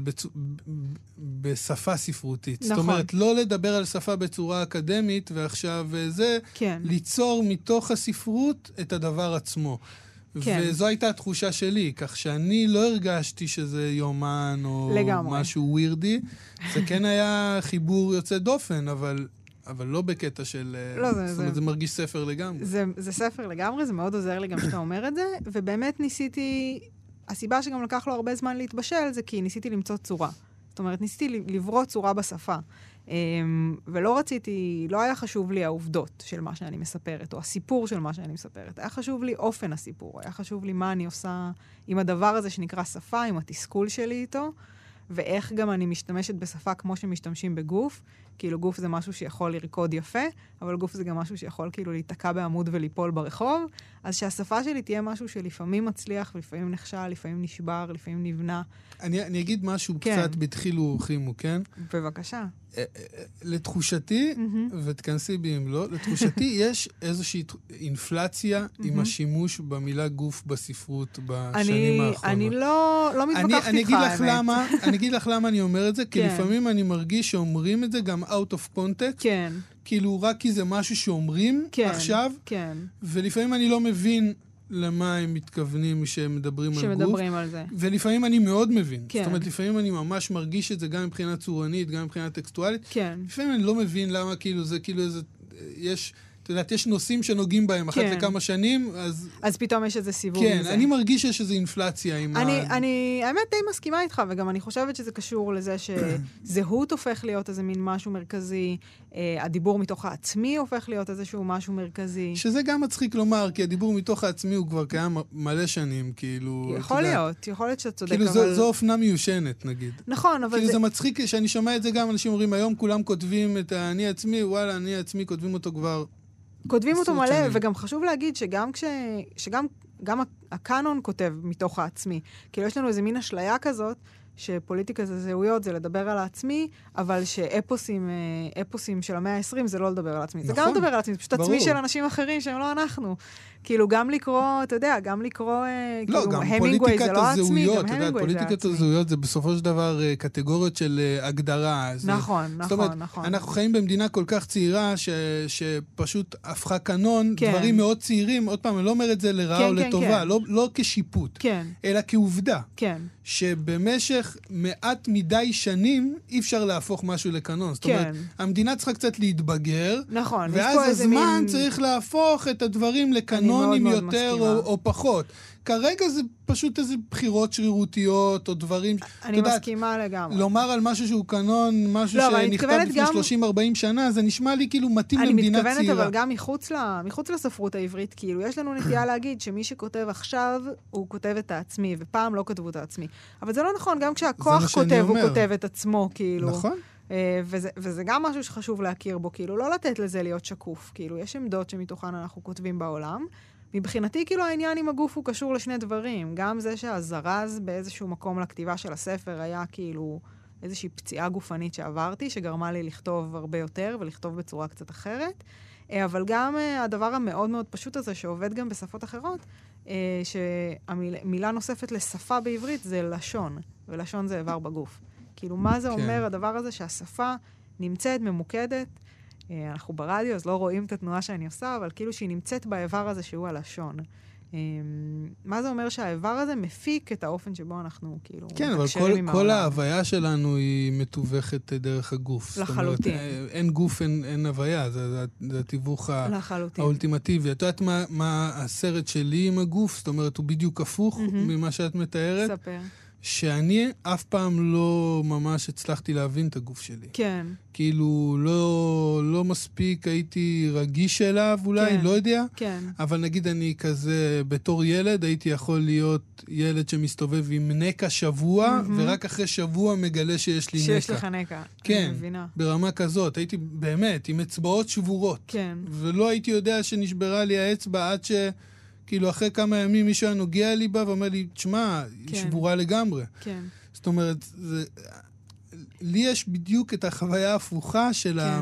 בשפה ספרותית. נכון. זאת אומרת, לא לדבר על שפה בצורה אקדמית, ועכשיו זה, כן. ליצור מתוך הספרות את הדבר עצמו. כן. וזו הייתה התחושה שלי, כך שאני לא הרגשתי שזה יומן או לגמרי. משהו ווירדי. זה כן היה חיבור יוצא דופן, אבל לא בקטע של... לא, זאת אומרת, זה מרגיש ספר לגמרי. זה ספר לגמרי, זה מאוד עוזר לי גם שאתה אומר את זה, ובאמת ניסיתי... הסיבה שגם לקח לו הרבה זמן להתבשל, זה כי ניסיתי למצוא צורה. זאת אומרת, ניסיתי לברוא צורה בשפה. ולא רציתי, לא היה חשוב לי העובדות של מה שאני מספרת, או הסיפור של מה שאני מספרת. היה חשוב לי אופן הסיפור, היה חשוב לי מה אני עושה עם הדבר הזה שנקרא שפה, עם התסכול שלי איתו, ואיך גם אני משתמשת בשפה כמו שמשתמשים בגוף. כאילו גוף זה משהו שיכול לרקוד יפה, אבל גוף זה גם משהו שיכול כאילו להיתקע בעמוד וליפול ברחוב. אז שהשפה שלי תהיה משהו שלפעמים מצליח, ולפעמים נכשל, לפעמים נשבר, לפעמים נבנה. אני אגיד משהו קצת בתחילו אורחימו, כן? בבקשה. לתחושתי, ותכנסי בי אם לא, לתחושתי יש איזושהי אינפלציה עם השימוש במילה גוף בספרות בשנים האחרונות. אני לא מתווכחת איתך, האמת. אני אגיד לך למה אני אומר את זה, כי לפעמים אני מרגיש שאומרים את זה גם out of context. כן. כאילו רק כי זה משהו שאומרים עכשיו, ולפעמים אני לא מבין למה הם מתכוונים שהם מדברים על גוף. שמדברים על זה. ולפעמים אני מאוד מבין. זאת אומרת, לפעמים אני ממש מרגיש את זה גם מבחינה צורנית, גם מבחינה טקסטואלית. כן. לפעמים אני לא מבין למה כאילו זה כאילו איזה... את יודעת, יש נושאים שנוגעים בהם אחת לכמה שנים, אז פתאום יש איזה סיבוב עם זה. כן, אני מרגיש שיש איזו אינפלציה עם אני האמת די מסכימה איתך, וגם אני חושבת שזה קשור לזה שזהות הופך להיות איזה מין משהו מרכזי, הדיבור מתוך העצמי הופך להיות איזשהו משהו מרכזי. שזה גם מצחיק לומר, כי הדיבור מתוך העצמי הוא כבר קיים מלא שנים, כאילו... יכול להיות שאתה צודק, כאילו זו אופנה מיושנת, נגיד. נכון, אבל כאילו זה מצחיק, שאני שומע את זה גם, אנשים אומרים, היום כולם כותבים את אני עצמי, וואלה, אני עצמי, כותבים אותו כבר כותבים אותו עשרות מלא, שנים. וגם חשוב להגיד שגם הקאנון כותב מתוך העצמי. כאילו יש לנו איזה מין אשליה כזאת, שפוליטיקה זה זהויות, זה לדבר על העצמי, אבל שאפוסים של המאה ה-20 זה לא לדבר על עצמי. נכון, זה גם לדבר על עצמי, זה פשוט ברור. עצמי של אנשים אחרים שהם לא אנחנו. כאילו גם לקרוא, אתה יודע, גם לקרוא, לא, כאילו, גם המינגווי זה לא עצמי, הזהויות, גם אתה יודע, המינגווי זה פוליטיקת עצמי. הזהויות זה בסופו של דבר קטגוריות של הגדרה. נכון. אנחנו חיים במדינה כל כך צעירה, שפשוט הפכה קנון, כן. דברים מאוד צעירים, עוד פעם, אני לא אומר את זה לרעה כן, או כן, לטובה, כן. לא כשיפוט, כן, אלא כעובדה. כן. שבמשך מעט מדי שנים אי אפשר להפוך משהו לקנון. זאת אומרת, המדינה צריכה קצת להתבגר, נכון. ואז הזמן צריך להפוך את הדברים לקנונים מאוד יותר מסכימה. או פחות. כרגע זה פשוט איזה בחירות שרירותיות או דברים... אני מסכימה לגמרי. לומר על משהו שהוא קנון, משהו שנכתב לפני 30-40 שנה, זה נשמע לי כאילו מתאים למדינה צעירה. אני מתכוונת אבל גם מחוץ לספרות העברית, כאילו, יש לנו נטייה להגיד שמי שכותב עכשיו, הוא כותב את העצמי, ופעם לא כתבו את העצמי. אבל זה לא נכון, גם כשהכוח כותב, הוא כותב את עצמו, כאילו. נכון. וזה גם משהו שחשוב להכיר בו, כאילו, לא לתת לזה להיות שקוף, כאילו, יש עמדות שמתוכן אנחנו כותבים בעולם. מבחינתי, כאילו, העניין עם הגוף הוא קשור לשני דברים. גם זה שהזרז באיזשהו מקום לכתיבה של הספר היה כאילו איזושהי פציעה גופנית שעברתי, שגרמה לי לכתוב הרבה יותר ולכתוב בצורה קצת אחרת. אבל גם הדבר המאוד מאוד פשוט הזה, שעובד גם בשפות אחרות, שהמילה נוספת לשפה בעברית זה לשון, ולשון זה איבר בגוף. כאילו, מה זה אומר הדבר הזה שהשפה נמצאת, ממוקדת, אנחנו ברדיו, אז לא רואים את התנועה שאני עושה, אבל כאילו שהיא נמצאת באיבר הזה שהוא הלשון. מה זה אומר שהאיבר הזה מפיק את האופן שבו אנחנו כאילו כן, אבל כל ההוויה שלנו היא מתווכת דרך הגוף. לחלוטין. אין גוף, אין הוויה, זה התיווך האולטימטיבי. את יודעת מה הסרט שלי עם הגוף? זאת אומרת, הוא בדיוק הפוך ממה שאת מתארת. ספר. שאני אף פעם לא ממש הצלחתי להבין את הגוף שלי. כן. כאילו, לא מספיק הייתי רגיש אליו, אולי, לא יודע. כן. אבל נגיד אני כזה, בתור ילד, הייתי יכול להיות ילד שמסתובב עם נקע שבוע, ורק אחרי שבוע מגלה שיש לי נקע. שיש לך נקע. כן, אני מבינה. ברמה כזאת. הייתי באמת עם אצבעות שבורות. כן. ולא הייתי יודע שנשברה לי האצבע עד כאילו אחרי כמה ימים מישהו היה נוגע לי בה ואומר לי, תשמע, היא שבורה לגמרי. כן. זאת אומרת, לי יש בדיוק את החוויה ההפוכה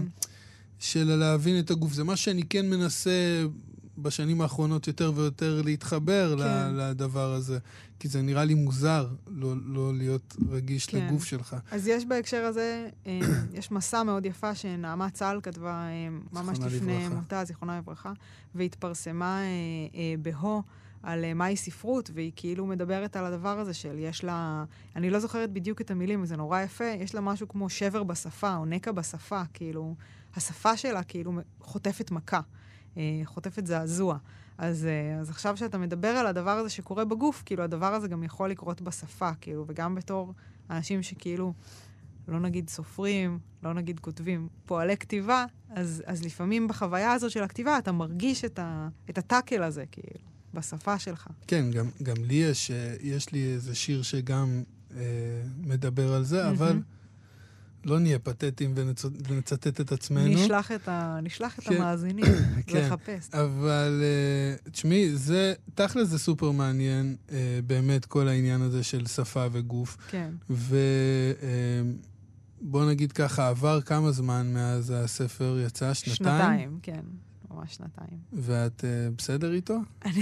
של להבין את הגוף. זה מה שאני כן מנסה בשנים האחרונות יותר ויותר להתחבר לדבר הזה. כי זה נראה לי מוזר לא להיות רגיש לגוף שלך. אז יש בהקשר הזה, יש מסע מאוד יפה שנעמה צהל כתבה ממש לפני מותה, זיכרונה לברכה, והתפרסמה בהו על מהי ספרות, והיא כאילו מדברת על הדבר הזה של יש לה, אני לא זוכרת בדיוק את המילים, זה נורא יפה, יש לה משהו כמו שבר בשפה, או נקע בשפה, כאילו, השפה שלה כאילו חוטפת מכה, חוטפת זעזוע. אז עכשיו שאתה מדבר על הדבר הזה שקורה בגוף, כאילו הדבר הזה גם יכול לקרות בשפה, כאילו, וגם בתור אנשים שכאילו, לא נגיד סופרים, לא נגיד כותבים, פועלי כתיבה, אז לפעמים בחוויה הזאת של הכתיבה, אתה מרגיש את הטאקל הזה, כאילו, בשפה שלך. כן, גם לי יש לי איזה שיר שגם מדבר על זה, אבל לא נהיה פתטים ונצטט את עצמנו. נשלח את המאזינים לחפש. אבל, תשמעי, תכל'ס זה סופר מעניין, באמת כל העניין הזה של שפה וגוף. כן. ובוא נגיד ככה, עבר כמה זמן מאז הספר יצא? שנתיים? שנתיים, כן. ממש שנתיים. ואת בסדר איתו?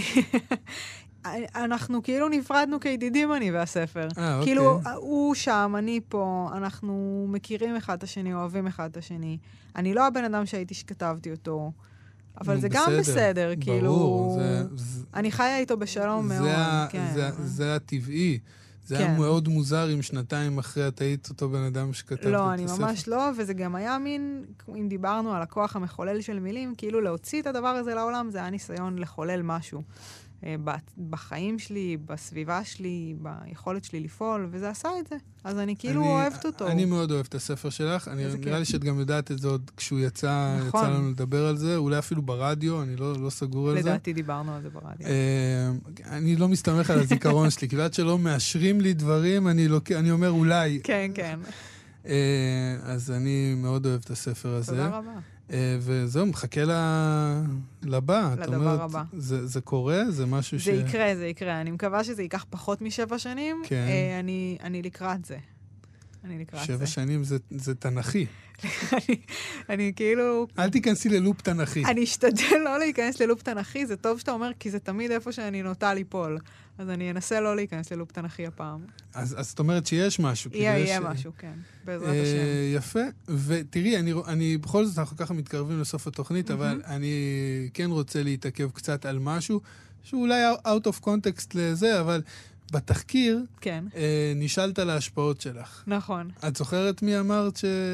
אנחנו כאילו נפרדנו כידידים, אני והספר. אוקיי. כאילו, הוא שם, אני פה, אנחנו מכירים אחד את השני, אוהבים אחד את השני. אני לא הבן אדם שהייתי שכתבתי אותו, אבל זה גם בסדר, כאילו... ברור, אני חיה איתו בשלום מאוד. זה הטבעי. זה היה מאוד מוזר אם שנתיים אחרי את היית אותו בן אדם שכתב את הספר. לא, אני ממש לא, וזה גם היה מין, אם דיברנו על הכוח המחולל של מילים, כאילו להוציא את הדבר הזה לעולם, זה היה ניסיון לחולל משהו. בחיים שלי, בסביבה שלי, ביכולת שלי לפעול, וזה עשה את זה. אז אני כאילו אוהבת אותו. אני מאוד אוהב את הספר שלך. נראה לי שאת גם יודעת את זה עוד כשהוא יצא לנו לדבר על זה, אולי אפילו ברדיו, אני לא סגור על זה. לדעתי דיברנו על זה ברדיו. אני לא מסתמך על הזיכרון שלי, כיוון שלא מאשרים לי דברים, אני אומר אולי. כן, כן. אז אני מאוד אוהב את הספר הזה. תודה רבה. וזהו, מחכה לבא. לדבר הבא. זה קורה? זה משהו זה יקרה, זה יקרה. אני מקווה שזה ייקח פחות מ7 שנים. כן. אני לקראת זה. 7 שנים זה תנכי. אני כאילו... אל תיכנסי ללופ תנכי. אני אשתדל לא להיכנס ללופ תנכי, זה טוב שאתה אומר, כי זה תמיד איפה שאני נוטה ליפול. אז אני אנסה לא להיכנס ללופ תנכי הפעם. אז זאת אומרת שיש משהו. יהיה משהו, כן. בעזרת השם. יפה. ותראי, אני בכל זאת, אנחנו ככה מתקרבים לסוף התוכנית, אבל אני כן רוצה להתעכב קצת על משהו, שהוא אולי out of context לזה, אבל בתחקיר, כן. נשאלת על ההשפעות שלך. נכון. את זוכרת מי אמרת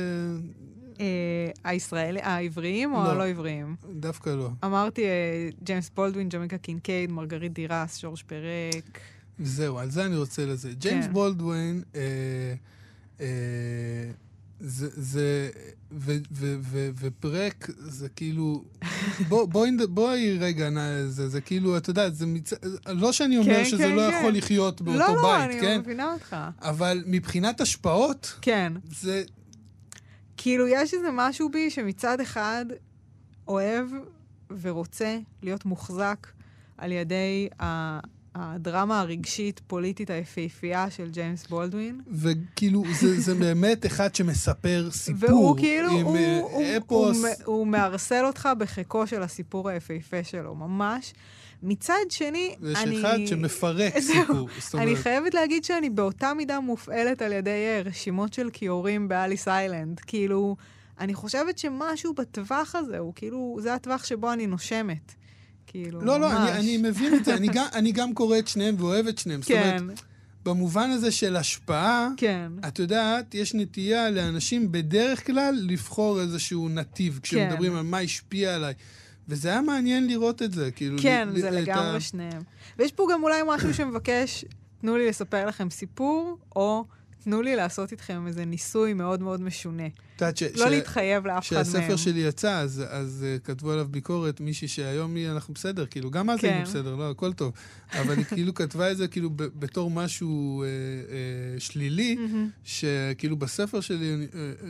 העבריים או הלא עבריים? דווקא לא. אמרתי ג'יימס בולדווין, ג'מייקה קינקייד, מרגריט דירס, שורש פרק. זהו, על זה אני רוצה לזה. ג'יימס בולדווין, ופרק, זה כאילו... בואי רגע, זה כאילו, אתה יודע, לא שאני אומר שזה לא יכול לחיות באותו בית, כן? לא, אני מבינה אותך. אבל מבחינת השפעות, כן. זה... כאילו, יש איזה משהו בי שמצד אחד אוהב ורוצה להיות מוחזק על ידי הדרמה הרגשית, פוליטית היפהפייה של ג'יימס בולדווין. וכאילו, זה באמת אחד שמספר סיפור. והוא כאילו, עם אפוס. הוא מארסל אותך בחיקו של הסיפור היפהפה שלו, ממש. מצד שני, יש אחד שמפרק סיפור. אני חייבת להגיד שאני באותה מידה מופעלת על ידי רשימות של כיורים באליס איילנד. כאילו, אני חושבת שמשהו בטווח הזה, הוא כאילו, זה הטווח שבו אני נושמת. כאילו, לא, אני מבין את זה. אני גם קורא את שניהם ואוהב את שניהם. כן. זאת אומרת, במובן הזה של השפעה, כן. את יודעת, יש נטייה לאנשים בדרך כלל לבחור איזשהו נתיב, כשמדברים על מה השפיע עליי. וזה היה מעניין לראות את זה. כאילו, כן, זה לגמרי שניהם. ויש פה גם אולי משהו שמבקש, תנו לי לספר לכם סיפור, או תנו לי לעשות איתכם איזה ניסוי מאוד מאוד משונה. לא להתחייב לאף אחד מהם. כשהספר שלי יצא, אז כתבו עליו ביקורת, מישהי שהיום אנחנו בסדר, כאילו, גם אז היינו בסדר, לא, הכל טוב. אבל היא כאילו כתבה את זה כאילו בתור משהו שלילי, שכאילו בספר שלי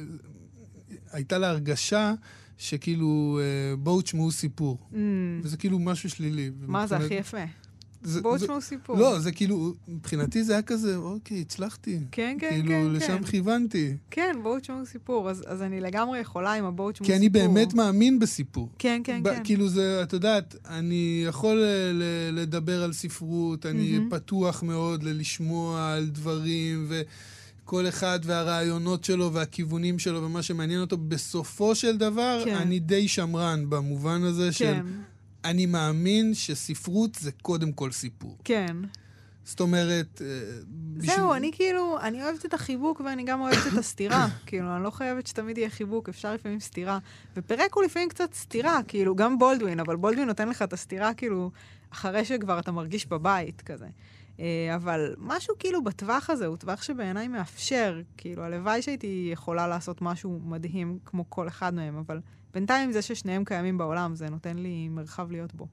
הייתה לה הרגשה שכאילו בואו תשמעו סיפור. וזה כאילו משהו שלילי. מה זה הכי יפה? בואו תשמעו סיפור. לא, זה כאילו, מבחינתי זה היה כזה, אוקיי, הצלחתי. כן, כן, כן. כאילו, לשם כיוונתי. כן, בואו תשמעו סיפור. אז אני לגמרי יכולה עם הבואו תשמעו סיפור. כי אני באמת מאמין בסיפור. כן, כן, כן. כאילו זה, את יודעת, אני יכול לדבר על ספרות, אני פתוח מאוד לשמוע על דברים, וכל אחד והרעיונות שלו והכיוונים שלו ומה שמעניין אותו, בסופו של דבר, אני די שמרן במובן הזה של... אני מאמין שספרות זה קודם כל סיפור. כן. זאת אומרת... זהו, אני כאילו, אני אוהבת את החיבוק ואני גם אוהבת את הסתירה. כאילו, אני לא חייבת שתמיד יהיה חיבוק, אפשר לפעמים סתירה. ופרק הוא לפעמים קצת סתירה, כאילו, גם בולדווין, אבל בולדווין נותן לך את הסתירה, כאילו, אחרי שכבר אתה מרגיש בבית, כזה. אבל משהו כאילו בטווח הזה, הוא טווח שבעיניי מאפשר, כאילו, הלוואי שהייתי יכולה לעשות משהו מדהים כמו כל אחד מהם, אבל בינתיים זה ששניהם קיימים בעולם, זה נותן לי מרחב להיות בו.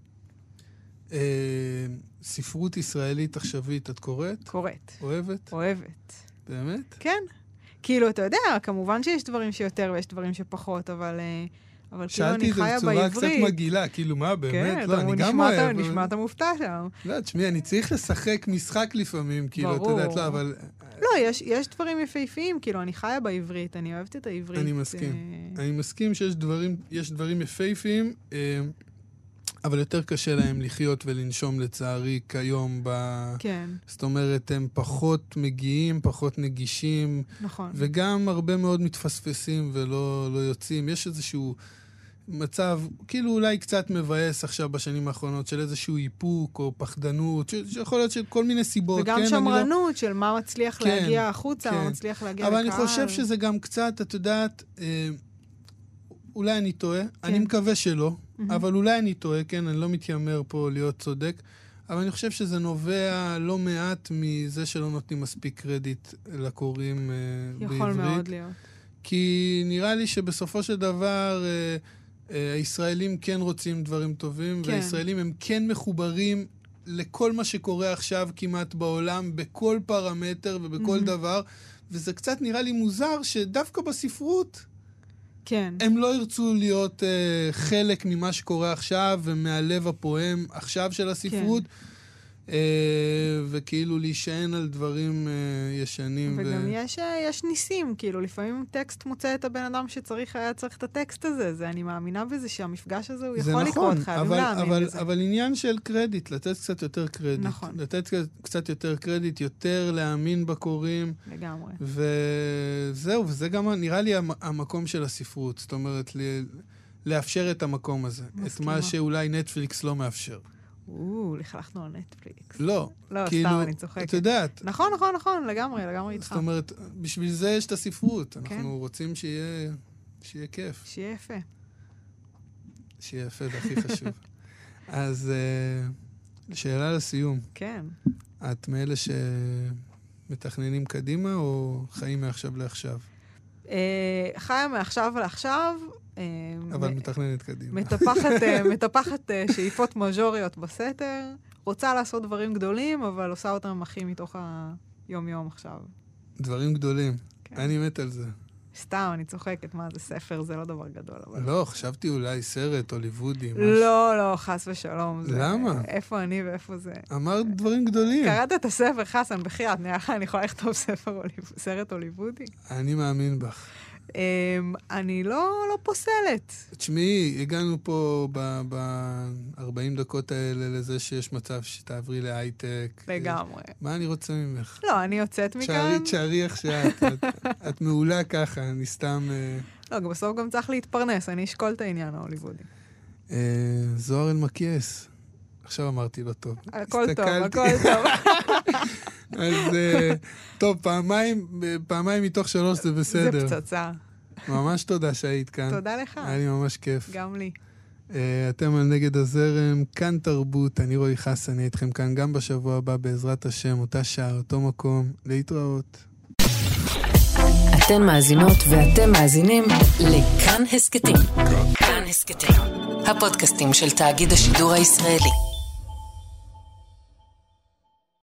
ספרות ישראלית עכשווית, את קוראת? קוראת. אוהבת? אוהבת. באמת? כן. כאילו, אתה יודע, כמובן שיש דברים שיותר ויש דברים שפחות, אבל כאילו אני חיה בעברית. שאלתי את זה בצורה קצת מגילה, כאילו מה, באמת? כן, לא, אני גם אוהב. נשמעת המופתע שם. לא, תשמעי, אני צריך לשחק משחק לפעמים, כאילו, אתה יודעת, לא, אבל... לא, יש דברים יפהפיים, כאילו, אני חיה בעברית, אני אוהבת את העברית. אני מסכים. אני מסכים שיש דברים יפהפיים, אבל יותר קשה להם לחיות ולנשום לצערי כיום כן. זאת אומרת, הם פחות מגיעים, פחות נגישים. נכון. וגם הרבה מאוד מתפספסים ולא יוצאים. יש איזשהו מצב, כאילו אולי קצת מבאס עכשיו בשנים האחרונות, של איזשהו איפוק או פחדנות, שיכול להיות של כל מיני סיבות. וגם כן, שמרנות של מה מצליח להגיע החוצה, מה מצליח להגיע לקהל. אבל אני חושב שזה גם קצת, את יודעת, אולי אני טועה, אני מקווה שלא, אבל אולי אני טועה, כן, אני לא מתיימר פה להיות צודק, אבל אני חושב שזה נובע לא מעט מזה שלא נותנים מספיק קרדיט לקוראים בעברית. יכול מאוד להיות. כי נראה לי שבסופו של דבר הישראלים כן רוצים דברים טובים, והישראלים הם כן מחוברים לכל מה שקורה עכשיו כמעט בעולם, בכל פרמטר ובכל דבר, וזה קצת נראה לי מוזר שדווקא בספרות כן. הם לא ירצו להיות חלק ממה שקורה עכשיו, ומהלב הפועם עכשיו של הספרות, וכאילו להישען על דברים ישנים. וגם יש ניסים, כאילו, לפעמים טקסט מוצא את הבן אדם היה צריך את הטקסט הזה, אני מאמינה בזה שהמפגש הזה הוא יכול לקרות, חייבים להאמין בזה. אבל עניין של קרדיט, לתת קצת יותר קרדיט. נכון. לתת קצת יותר קרדיט, יותר להאמין בקוראים. לגמרי. וזהו, וזה גם נראה לי המקום של הספרות, זאת אומרת, לאפשר את המקום הזה. מסכימה. את מה שאולי נטפליקס לא מאפשר. לכלכנו על נטפליקס. לא, כאילו, סתם, אני צוחקת. את יודעת. נכון, לגמרי איתך. זאת אומרת, בשביל זה יש את הספרות. אנחנו רוצים שיהיה כיף. שיהיה יפה. שיהיה יפה, זה הכי חשוב. אז שאלה לסיום. כן. את מאלה שמתכננים קדימה, או חיים מעכשיו לעכשיו? חיים מעכשיו לעכשיו. אבל מתכננת קדימה. מטפחת שאיפות מז'וריות בסתר, רוצה לעשות דברים גדולים, אבל עושה אותם הכי מתוך היום-יום עכשיו. דברים גדולים. כן. אני מת על זה. סתם, אני צוחקת, מה זה ספר, זה לא דבר גדול. אבל... לא, חשבתי אולי סרט הוליוודי. לא, חס ושלום. למה? איפה אני ואיפה זה? אמרת דברים גדולים. קראת את הספר, חסן, בחייאת, נראה לך, אני יכולה לכתוב סרט הוליוודי? אני מאמין בך. אני לא פוסלת. תשמעי, הגענו פה ב-40 דקות האלה לזה שיש מצב שתעברי להייטק. לגמרי. מה אני רוצה ממך? לא, אני יוצאת מכאן. תשארי איך את מעולה ככה, אני סתם... לא, בסוף גם צריך להתפרנס, אני אשקול את העניין ההוליוודי. זוהר אלמקייס. עכשיו אמרתי לו טוב. הכל טוב. אז טוב, פעמיים מתוך 3 זה בסדר. זה פצצה. ממש תודה שהיית כאן. תודה לך. היה לי ממש כיף. גם לי. אתם על נגד הזרם, כאן תרבות, אני רועי חסן, אני איתכם כאן גם בשבוע הבא בעזרת השם, אותה שעה, אותו מקום, להתראות. אתן מאזינות ואתם מאזינים לכאן הסקטים. כאן הסקטים, הפודקאסטים של תאגיד השידור הישראלי.